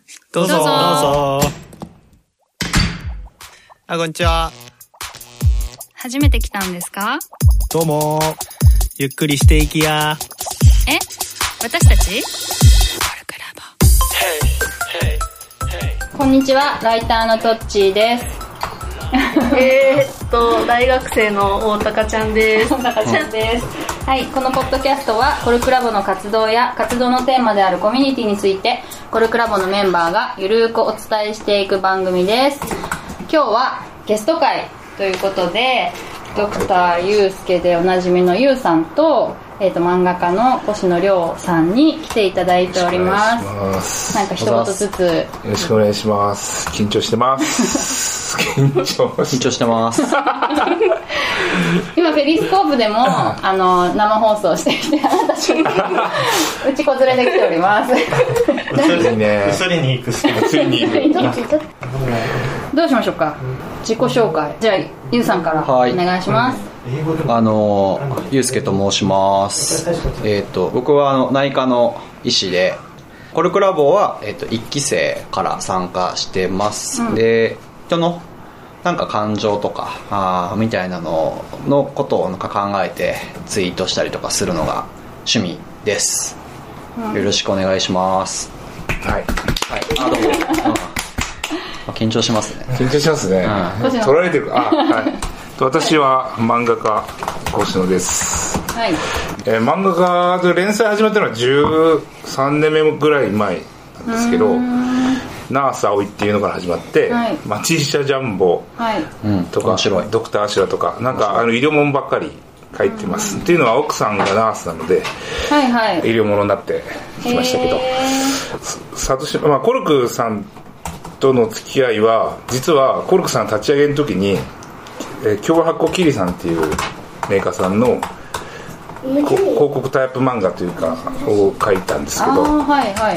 どうぞ。あ、こんにちは。 初めて来たんですか？ どうも。ゆっくりしていきや。 え？私たち？こんにちは、ライターのトッチーです。 大学生の大高ちゃんです。 大高ちゃんです。はい、このポッドキャストはコルクラボの活動や活動のテーマであるコミュニティについてコルクラボのメンバーがゆるーくお伝えしていく番組です。今日はゲスト会ということで、ドクターゆうすけでおなじみのゆうさんと、漫画家の星野亮さんに来ていただいております。なんか一言ずつ。 よろしくお願いします。緊張してます。緊張してます。 今ペリスコープでも生放送してきて、あなたたちうちこ連れで来ております。 移りに行く。 どうしましょうか。自己紹介。じゃあゆうさんからお願いします。 ゆうすけと申します。僕は内科の医師で、コルクラボは1期生から参加してます。で、人のなんか感情とかみたいなのことをなんか考えてツイートしたりとかするのが趣味です。よろしくお願いします。 はい。 どうも。緊張しますね。 緊張しますね。取られてるか。はい。私は漫画家星野です。 はい。 漫画家で連載始まったのは13年目ぐらい前なんですけど、ナース葵っていうのから始まって、はい、町医者ジャンボとか、ドクターアシュラとか、なんか医療物ばっかり書いてます。っていうのは奥さんがナースなので、 はいはい、 医療物になってきましたけど、コルクさんとの付き合いは、実はコルクさん立ち上げの時に、京和発行キリさんっていうメーカーさんの広告タイプ漫画というかを書いたんですけど、 はいはい、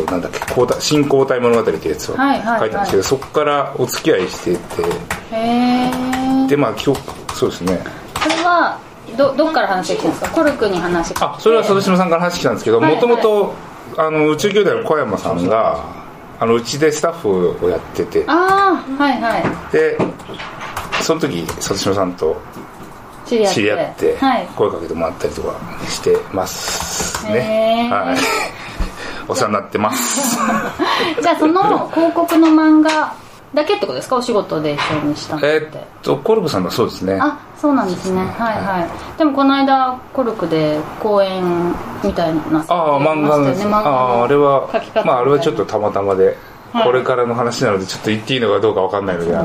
なんだっけ、新交代物語っていうやつを書いたんですけど、そこからお付き合いしていて、でそうですね。 それはどっから話してきたんですか？コルクに話が来て。 それは里島さんから話してきたんですけど、もともと宇宙兄弟の小山さんがうちでスタッフをやってて、でその時里島さんと知り合って声かけてもらったりとかしてますね。はい。お世話になってます。 じゃあその広告の漫画だけってことですか？お仕事で一緒にしたのって。 コルクさんはそうですね。 そうなんですね。はいはい。でもこの間コルクで講演みたいな漫画です。あれはあれはちょっとたまたまで。これからの話なのでちょっと言っていいのかどうか分かんないので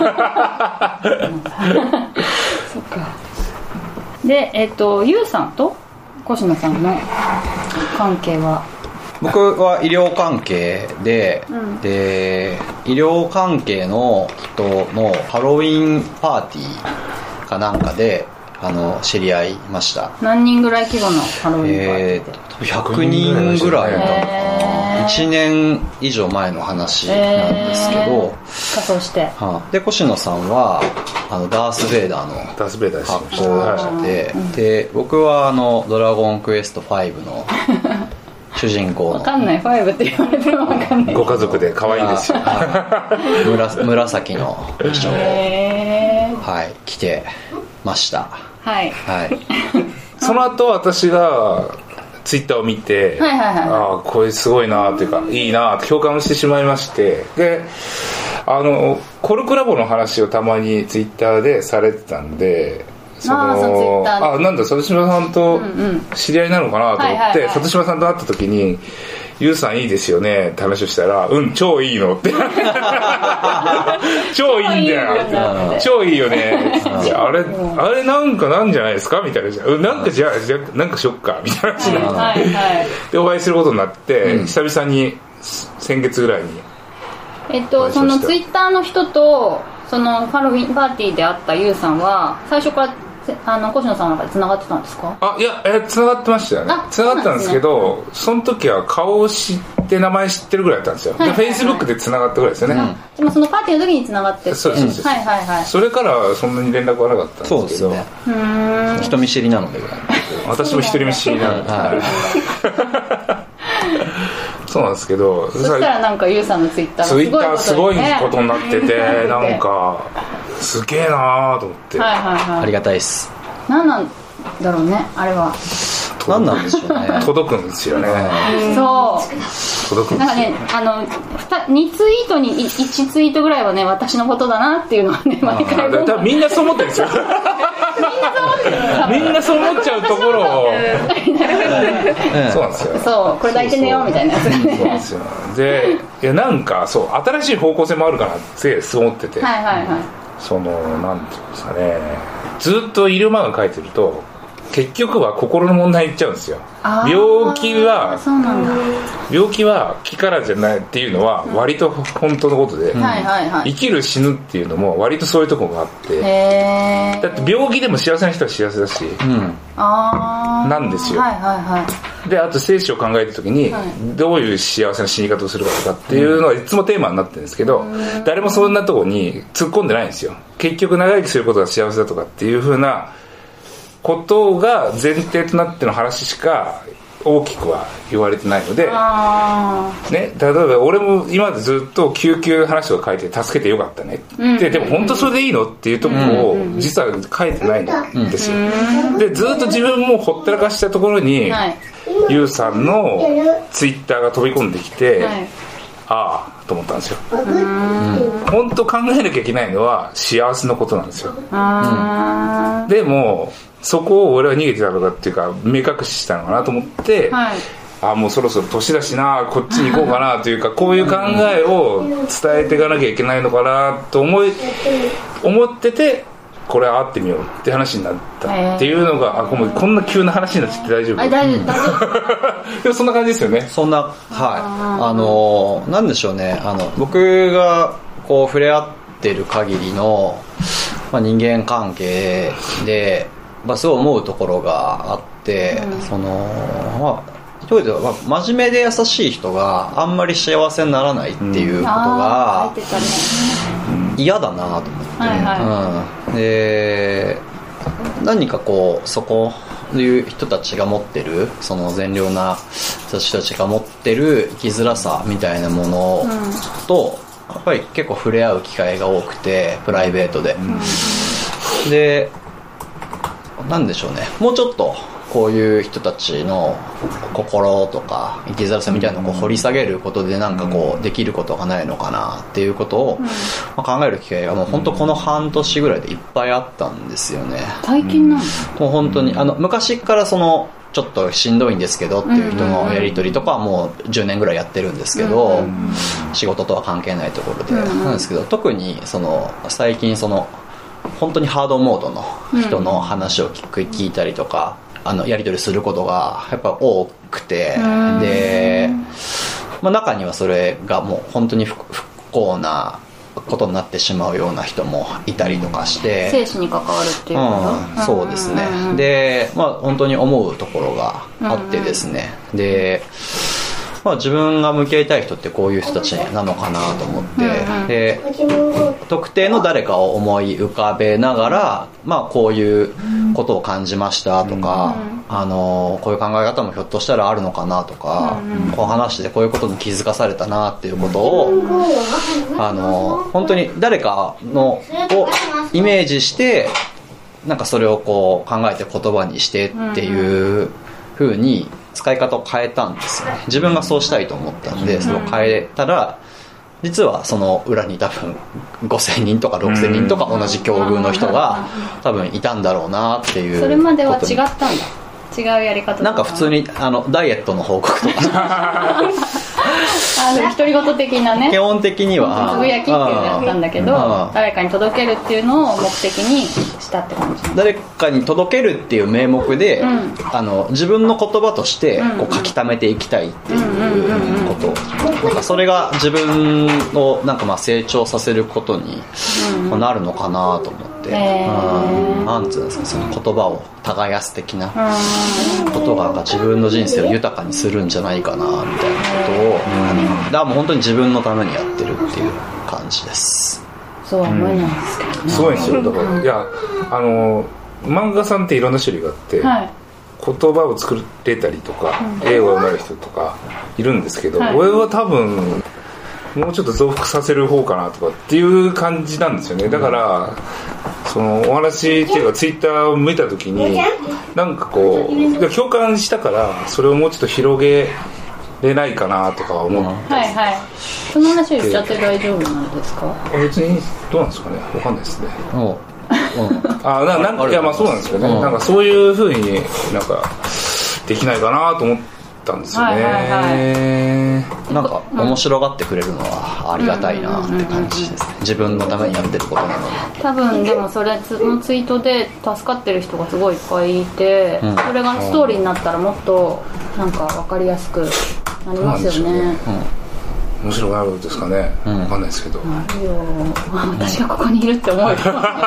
そっか。でゆうさんと星野さんの関係は？ 僕は医療関係で、で医療関係の人のハロウィンパーティーかなんかで知り合いました。 何人ぐらい規模のハロウィンパーティーで ？100人ぐらいだった。1年以上前の話なんですけど、 仮装して、 で星野さんはダース・ベイダーの格好をしてて、で僕はドラゴンクエスト5の主人公の分かんない、5って言われても分かんない。 ご家族で可愛いですよ。 紫の衣装を、着てました。 その後私がツイッターを見て、これすごいなというかいいなと共感してしまいまして、でコルクラボの話をたまにツイッターでされてたんで、なんだ里島さんと知り合いなのかなと思って里島さんと会った時にゆうさんいいですよねって話をしたら、超いいのって超いいんだよって超いいよねってあれなんじゃないですかみたいな、なんかじゃあなんかしよっかみたいな話になってでお会いすることになって、久々に先月ぐらいにそのツイッターの人とそのハロウィンパーティーで会ったゆうさんは最初から星野さんの中で繋がってたんですか？ いや繋がってましたよね。繋がったんですけど、その時は顔を知って名前知ってるぐらいだったんですよ。で Facebook で繋がったぐらいですよね。 でもそのパーティーの時に繋がってて、 そうそれからそんなに連絡はなかったんですけど、 人見知りなので私も一人見知りなので、 そうなんですけど、 そしたらなんかユウさんのツイッターすごいことになっててなんかすげえなーと思って、 はいはいはい、 ありがたいです。 何なんだろうねあれは。 何なんでしょうね。 届くんですよね。 そう届くんですよ。 なんかね2ツイートに1ツイートぐらいはね私のことだなっていうのはね毎回多分みんなそう思ってるんですよ。みんなそう思っちゃうところをそうなんですよ。 そうこれ抱いてねよみたいなやつがね。 そうなんですよ。でいやなんかそう新しい方向性もあるかなってそう思ってて、 はいはいはい、 そのなんていうんですかね、ずっと医療漫画描いてると結局は心の問題いっちゃうんですよ。病気はそうなんだ、 病気は気からじゃないっていうのは割と本当のことで、生きる死ぬっていうのも割とそういうところがあって、だって病気でも幸せな人は幸せだし、なんですよ、であと生死を考えた時にどういう幸せな死に方をするかとかっていうのはいつもテーマになってるんですけど、誰もそんなところに突っ込んでないんですよ。結局長生きすることが幸せだとかっていう風なことが前提となっての話しか大きくは言われてないので、ね、例えば俺も今までずっと救急話とか書いて助けてよかったねって、でも本当それでいいのっていうところを実は書いてないんですよ。でずっと自分もほったらかしたところに、ユウさんのツイッターが飛び込んできて、ああと思ったんですよ。本当考えなきゃいけないのは幸せのことなんですよ。でもそこを俺は逃げてたのかっていうか目隠ししたのかなと思って、もうそろそろ年だしなこっちに行こうかなというかこういう考えを伝えていかなきゃいけないのかなと思ってて、これは会ってみようって話になったっていうのが、こんな急な話になっちゃって大丈夫？大丈夫。でもそんな感じですよね。 そんな、なんでしょうね、僕がこう触れ合ってる限りの、人間関係で、すごい思うところがあって、真面目で優しい人があんまり幸せにならないっていうことが嫌だなと思って、で何かこうそこいう人たちが持ってるその善良な人たちが持ってる生きづらさみたいなものとやっぱり結構触れ合う機会が多くて、プライベートで、でなんでしょうね、もうちょっとこういう人たちの心とか生きづらさみたいなのを掘り下げることでなんかこうできることがないのかなっていうことを考える機会がもう本当この半年ぐらいでいっぱいあったんですよね。 最近なんもう本当に昔からそのちょっとしんどいんですけどっていう人のやり取りとかはもう10年ぐらいやってるんですけど、仕事とは関係ないところでなんですけど、特にその最近その本当にハードモードの人の話を聞いたりとか、やり取りすることがやっぱ多くて、で、中にはそれがもう本当に不幸なことになってしまうような人もいたりとかして、 生死に関わるっていうこと、 そうですね、で、本当に思うところがあってですね、で自分が向き合いたい人ってこういう人たちなのかなと思って、で特定の誰かを思い浮かべながら、こういうことを感じましたとか、こういう考え方もひょっとしたらあるのかなとか、こう話してこういうことに気づかされたなっていうことを本当に誰かをイメージしてなんかそれをこう考えて言葉にしてっていう風に使い方を変えたんですよね。自分がそうしたいと思ったんで、それを変えたら実はその裏に多分5000人とか6000人とか同じ境遇の人が多分いたんだろうなっていう。 それまでは違ったんだ。違うやり方なんか普通にダイエットの報告とか独り言的なね、 基本的にはつぶやきっていうのをやったんだけど、誰かに届けるっていうのを目的にしたって感じ。 誰かに届けるっていう名目で、自分の言葉としてこう書き溜めていきたいっていうこと、なんかそれが自分をなんか成長させることになるのかなと思って、なんていうんですか、その言葉を耕す的なことが自分の人生を豊かにするんじゃないかなみたいなことを、だからもう本当に自分のためにやってるっていう感じです。 そうは思えないですけどね。 すごいんですよ。だからいや漫画さんっていろんな種類があって、 言葉を作れたりとか、英語が上手い人とかいるんですけど、俺は多分もうちょっと増幅させる方かなとかっていう感じなんですよね。だからそのお話っていうかツイッターを見た時になんかこう共感したからそれをもうちょっと広げれないかなとか思って、 はいはい、その話をしちゃって大丈夫なんですか？ 別にどうなんですかね、分かんないですね。なんかいやまあそうなんですけどね、なんかそういう風になんかできないかなと思ったんですよね。 なんか面白がってくれるのはありがたいなって感じですね。自分のためにやってることなので。 多分でもそれのツイートで助かってる人がすごいいっぱいいて、それがストーリーになったらもっとなんか分かりやすくなりますよね。 面白くなるんですかね、分かんないですけど。 なるよ、私がここにいるって思うよ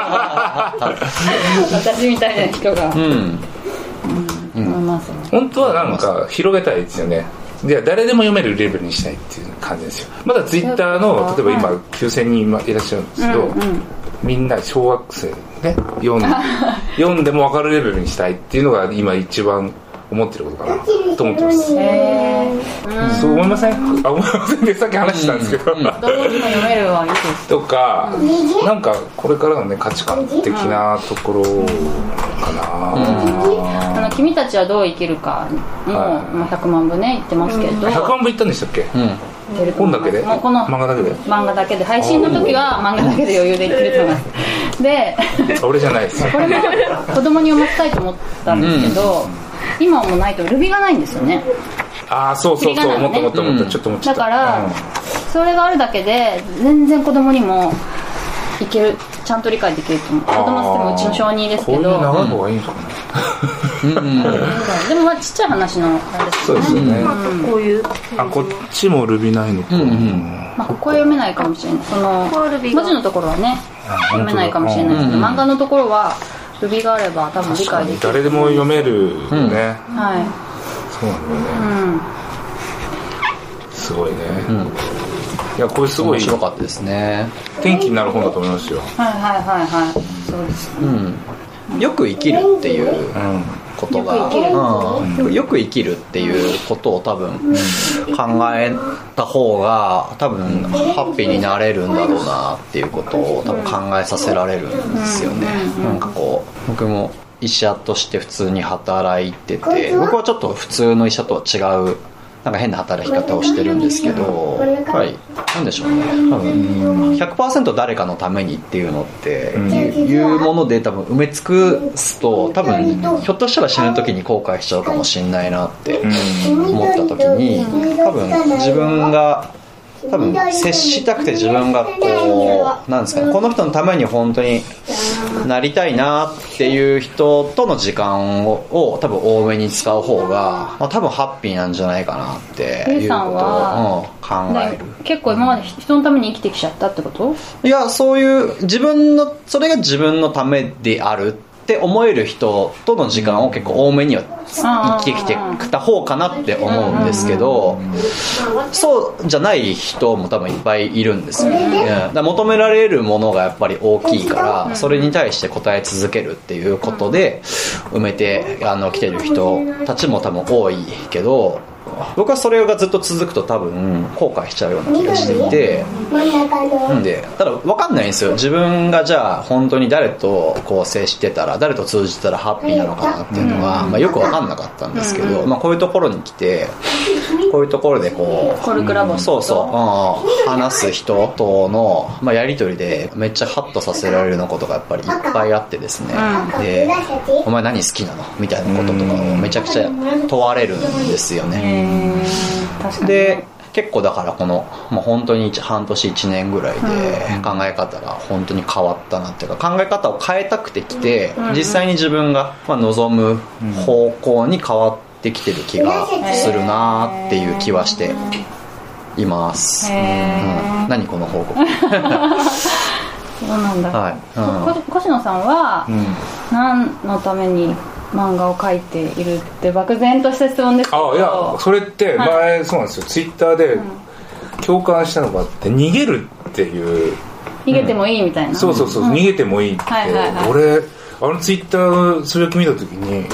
私みたいな人が、思いますね。 本当はなんか広げたいですよね。で誰でも読めるレベルにしたいっていう感じですよ。まだツイッターの例えば今9000人いらっしゃるんですけど、みんな小学生ね読んでも分かるレベルにしたいっていうのが今一番思ってることかなと思ってます。そう思いません？思いませんでさっき話したんですけど、 どうにも読めるはいいですとか、なんかこれからのね価値観的なところかな。 君たちはどう生きるかも100万部ね言ってますけど、 100万部言ったんでしたっけ？本だけで？ この漫画だけで？ 漫画だけで、配信の時は漫画だけで余裕で言ってると思いますで俺じゃないです。 これも子供に読ませたいと思ったんですけど、今もないとルビがないんですよね。 そう、思ったちょっと思っちゃった。 だから、それがあるだけで全然子供にもいける、ちゃんと理解できると思う。子供ってもうちの小2ですけど、 こういう長い方がいいのかなでもちっちゃい話のあれですそうですよね。 こういうこっちもルビないのか。 ここは読めないかもしれない。その文字のところはね読めないかもしれないですけど、漫画のところはルビがあれば多分理解できる。 誰でも読めるね。 はい。 そうなんだよね。すごいね。いやこれすごい面白かったですね。 転機になる本だと思いますよ。 そうです。 よく生きるっていうことが、よく生きるっていうことを多分考えた方が多分ハッピーになれるんだろうなっていうことを多分考えさせられるんですよね。なんかこう僕も医者として普通に働いてて、僕はちょっと普通の医者とは違うなんか変な働き方をしてるんですけど、やっぱりなんでしょうね、多分 100% 誰かのためにっていうのっていうもので多分埋め尽くすと、多分ひょっとしたら死ぬ時に後悔しちゃうかもしれないなって思った時に、多分自分が接したくて、自分がこうなんですかね、この人のために本当になりたいなっていう人との時間を多分多めに使う方が、多分ハッピーなんじゃないかなっていうことを考える。 結構今まで人のために生きてきちゃったってこと？ いや、そういう自分の、それが自分のためであるって思える人との時間を結構多めには生きてきてきた方かなって思うんですけど、そうじゃない人も多分いっぱいいるんですよね。だから求められるものがやっぱり大きいから、それに対して答え続けるっていうことで埋めて来てる人たちも多分多いけど、僕はそれがずっと続くと多分後悔しちゃうような気がしていて、なんでただ分かんないんですよ。自分がじゃあ本当に誰とこう接してたら、誰と通じたらハッピーなのかなっていうのは、よく分かんなかったんですけど、こういうところに来て、こういうところでこうコルクラボ話す人との、やり取りでめっちゃハッとさせられるようなことがやっぱりいっぱいあってですね、でお前何好きなのみたいなこととかをめちゃくちゃ問われるんですよね。で結構だからこの、本当に半年1年ぐらいで考え方が本当に変わったなっていうか、考え方を変えたくてきて、実際に自分が望む方向に変わってきてる気がするなっていう気はしています。何この報告そうなんだ。 はい。 越野さんは何のために漫画を描いているって漠然とした質問ですけど。 いやそれって前、そうなんですよ、ツイッターで共感したのがあって、逃げるっていう、 逃げてもいいみたいな、 そう、逃げてもいいって、俺ツイッターのつぶやき見た時に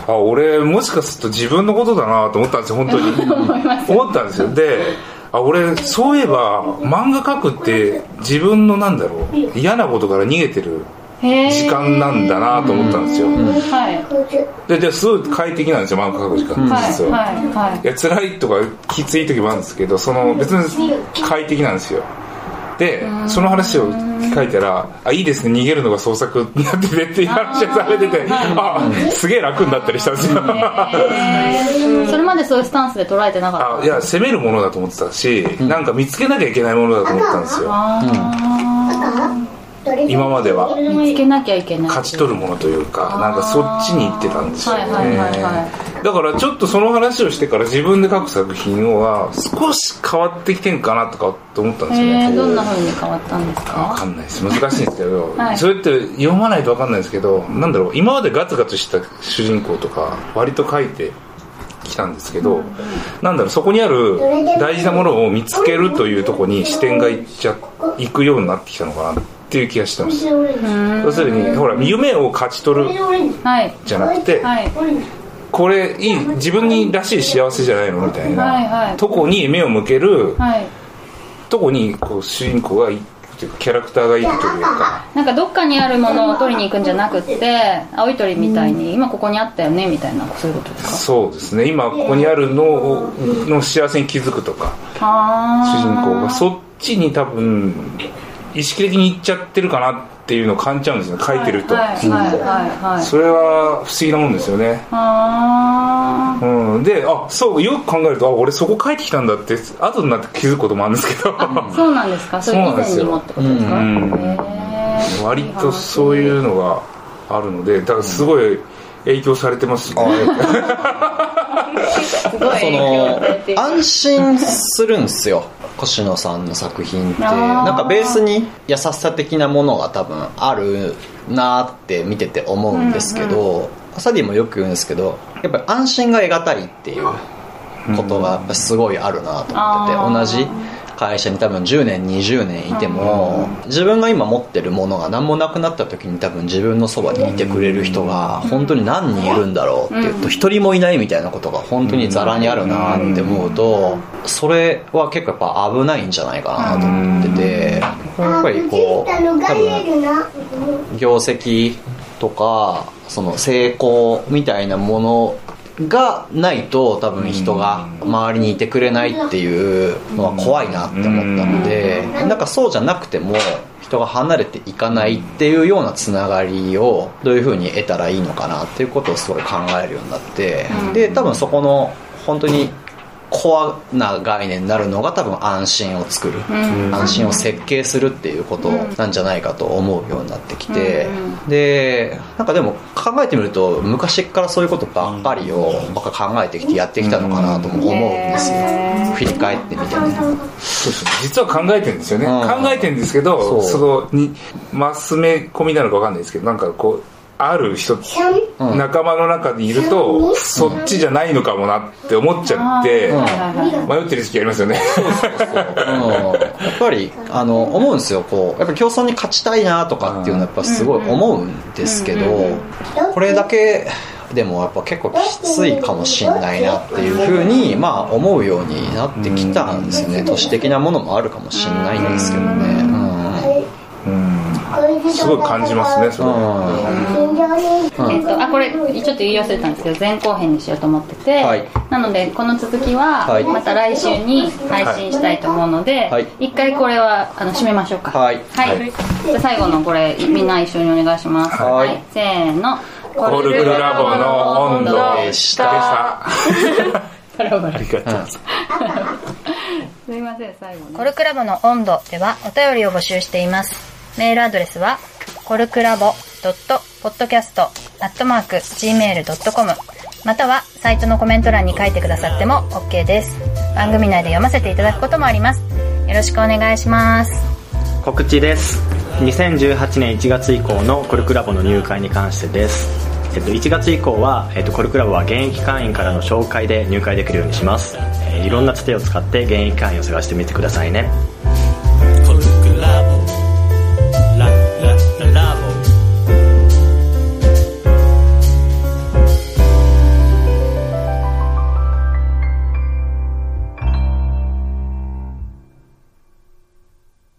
俺もしかすると自分のことだなと思ったんですよ、本当に思ったんですよ。で俺そういえば漫画描くって自分の嫌なことから逃げてる時間なんだなと思ったんですよ。ですごい快適なんですよ、漫画描く時間って実は。いや辛いとかきつい時もあるんですけど、別に快適なんですよ。でその話を書いたらいいですね、逃げるのが創作になっててっていう話がされてて、すげえ楽になったりしたんですよ。 それまでそういうスタンスで捉えてなかった？ いや攻めるものだと思ってたし、なんか見つけなきゃいけないものだと思ったんですよ。今までは見つけなきゃいけない、 勝ち取るものというか、なんかそっちに行ってたんですよね。だからちょっとその話をしてから自分で書く作品は少し変わってきてんかなとかと思ったんですよね。 どんな風に変わったんですか？ 分かんないです、難しいんですけど、それって読まないと分かんないですけど、今までガツガツした主人公とか割と書いてきたんですけど、そこにある大事なものを見つけるというところに視点がいくようになってきたのかなっていう気がしてます。要するにほら夢を勝ち取るじゃなくて、これいい自分にらしい幸せじゃないのみたいなとこに目を向けるとこに主人公が行くというか、キャラクターが行くというか、 なんかどっかにあるものを取りに行くんじゃなくて、青い鳥みたいに今ここにあったよねみたいな、そういうことですか？そうですね、今ここにあるのの幸せに気づくとか、主人公がそっちに多分意識的に行っちゃってるかなっていうのを感じちゃうんですよね、書いてると。それは不思議なもんですよね。でそうよく考えると俺そこ書いてきたんだって後になって気づくこともあるんですけど。 そうなんですか？それ以前にもってことですか？ 割とそういうのがあるので、だからすごい影響されてますしね。 安心するんですよ、越野さんの作品って。なんかベースに優しさ的なものが多分あるなって見てて思うんですけど、サディもよく言うんですけど、やっぱり安心が得難いっていうことがやっぱすごいあるなと思ってて、同じ会社に多分10年20年いても、自分が今持ってるものが何もなくなった時に多分自分のそばにいてくれる人が本当に何人いるんだろうっていうと、一人もいないみたいなことが本当にザラにあるなって思うと、それは結構やっぱ危ないんじゃないかなと思ってて、やっぱり多分業績とかその成功みたいなものがないと多分人が周りにいてくれないっていうのは怖いなって思ったので、なんかそうじゃなくても人が離れていかないっていうようなつながりをどういう風に得たらいいのかなっていうことをすごい考えるようになって、で多分そこの本当にコアな概念になるのが多分安心を作る、安心を設計するっていうことなんじゃないかと思うようになってきて、でなんかでも考えてみると昔からそういうことばっかりを考えてきてやってきたのかなとも思うんですよ、振り返ってみてね。 そうですね、実は考えてるんですよね、考えてるんですけど、そのにマス目込みなのか分かんないですけど、なんかこうある人、仲間の中にいるとそっちじゃないのかもなって思っちゃって迷ってる時期ありますよね。やっぱり思うんですよ、こうやっぱ競争に勝ちたいなとかっていうのはやっぱすごい思うんですけど、これだけでもやっぱ結構きついかもしんないなっていう風に思うようになってきたんですよね。都市的なものもあるかもしんないんですけどね。 すごい感じますね、それ。 これちょっと言い忘れたんですけど、前後編にしようと思ってて、なのでこの続きはまた来週に配信したいと思うので、一回これは締めましょうか。じゃあ最後のこれみんな一緒にお願いします。せーの、 コルクラボの温度でした。 ありがとうございます。すみません、最後に。コルクラボの温度ではお便りを募集しています。メールアドレスはコルクラボ.podcast@gmail.com、 またはサイトのコメント欄に書いてくださっても OK です。番組内で読ませていただくこともあります。よろしくお願いします。 告知です。2018年1月以降のコルクラボの入会に関してです。1月以降は、コルクラボは現役会員からの紹介で入会できるようにします。いろんなつてを使って現役会員を探してみてくださいね。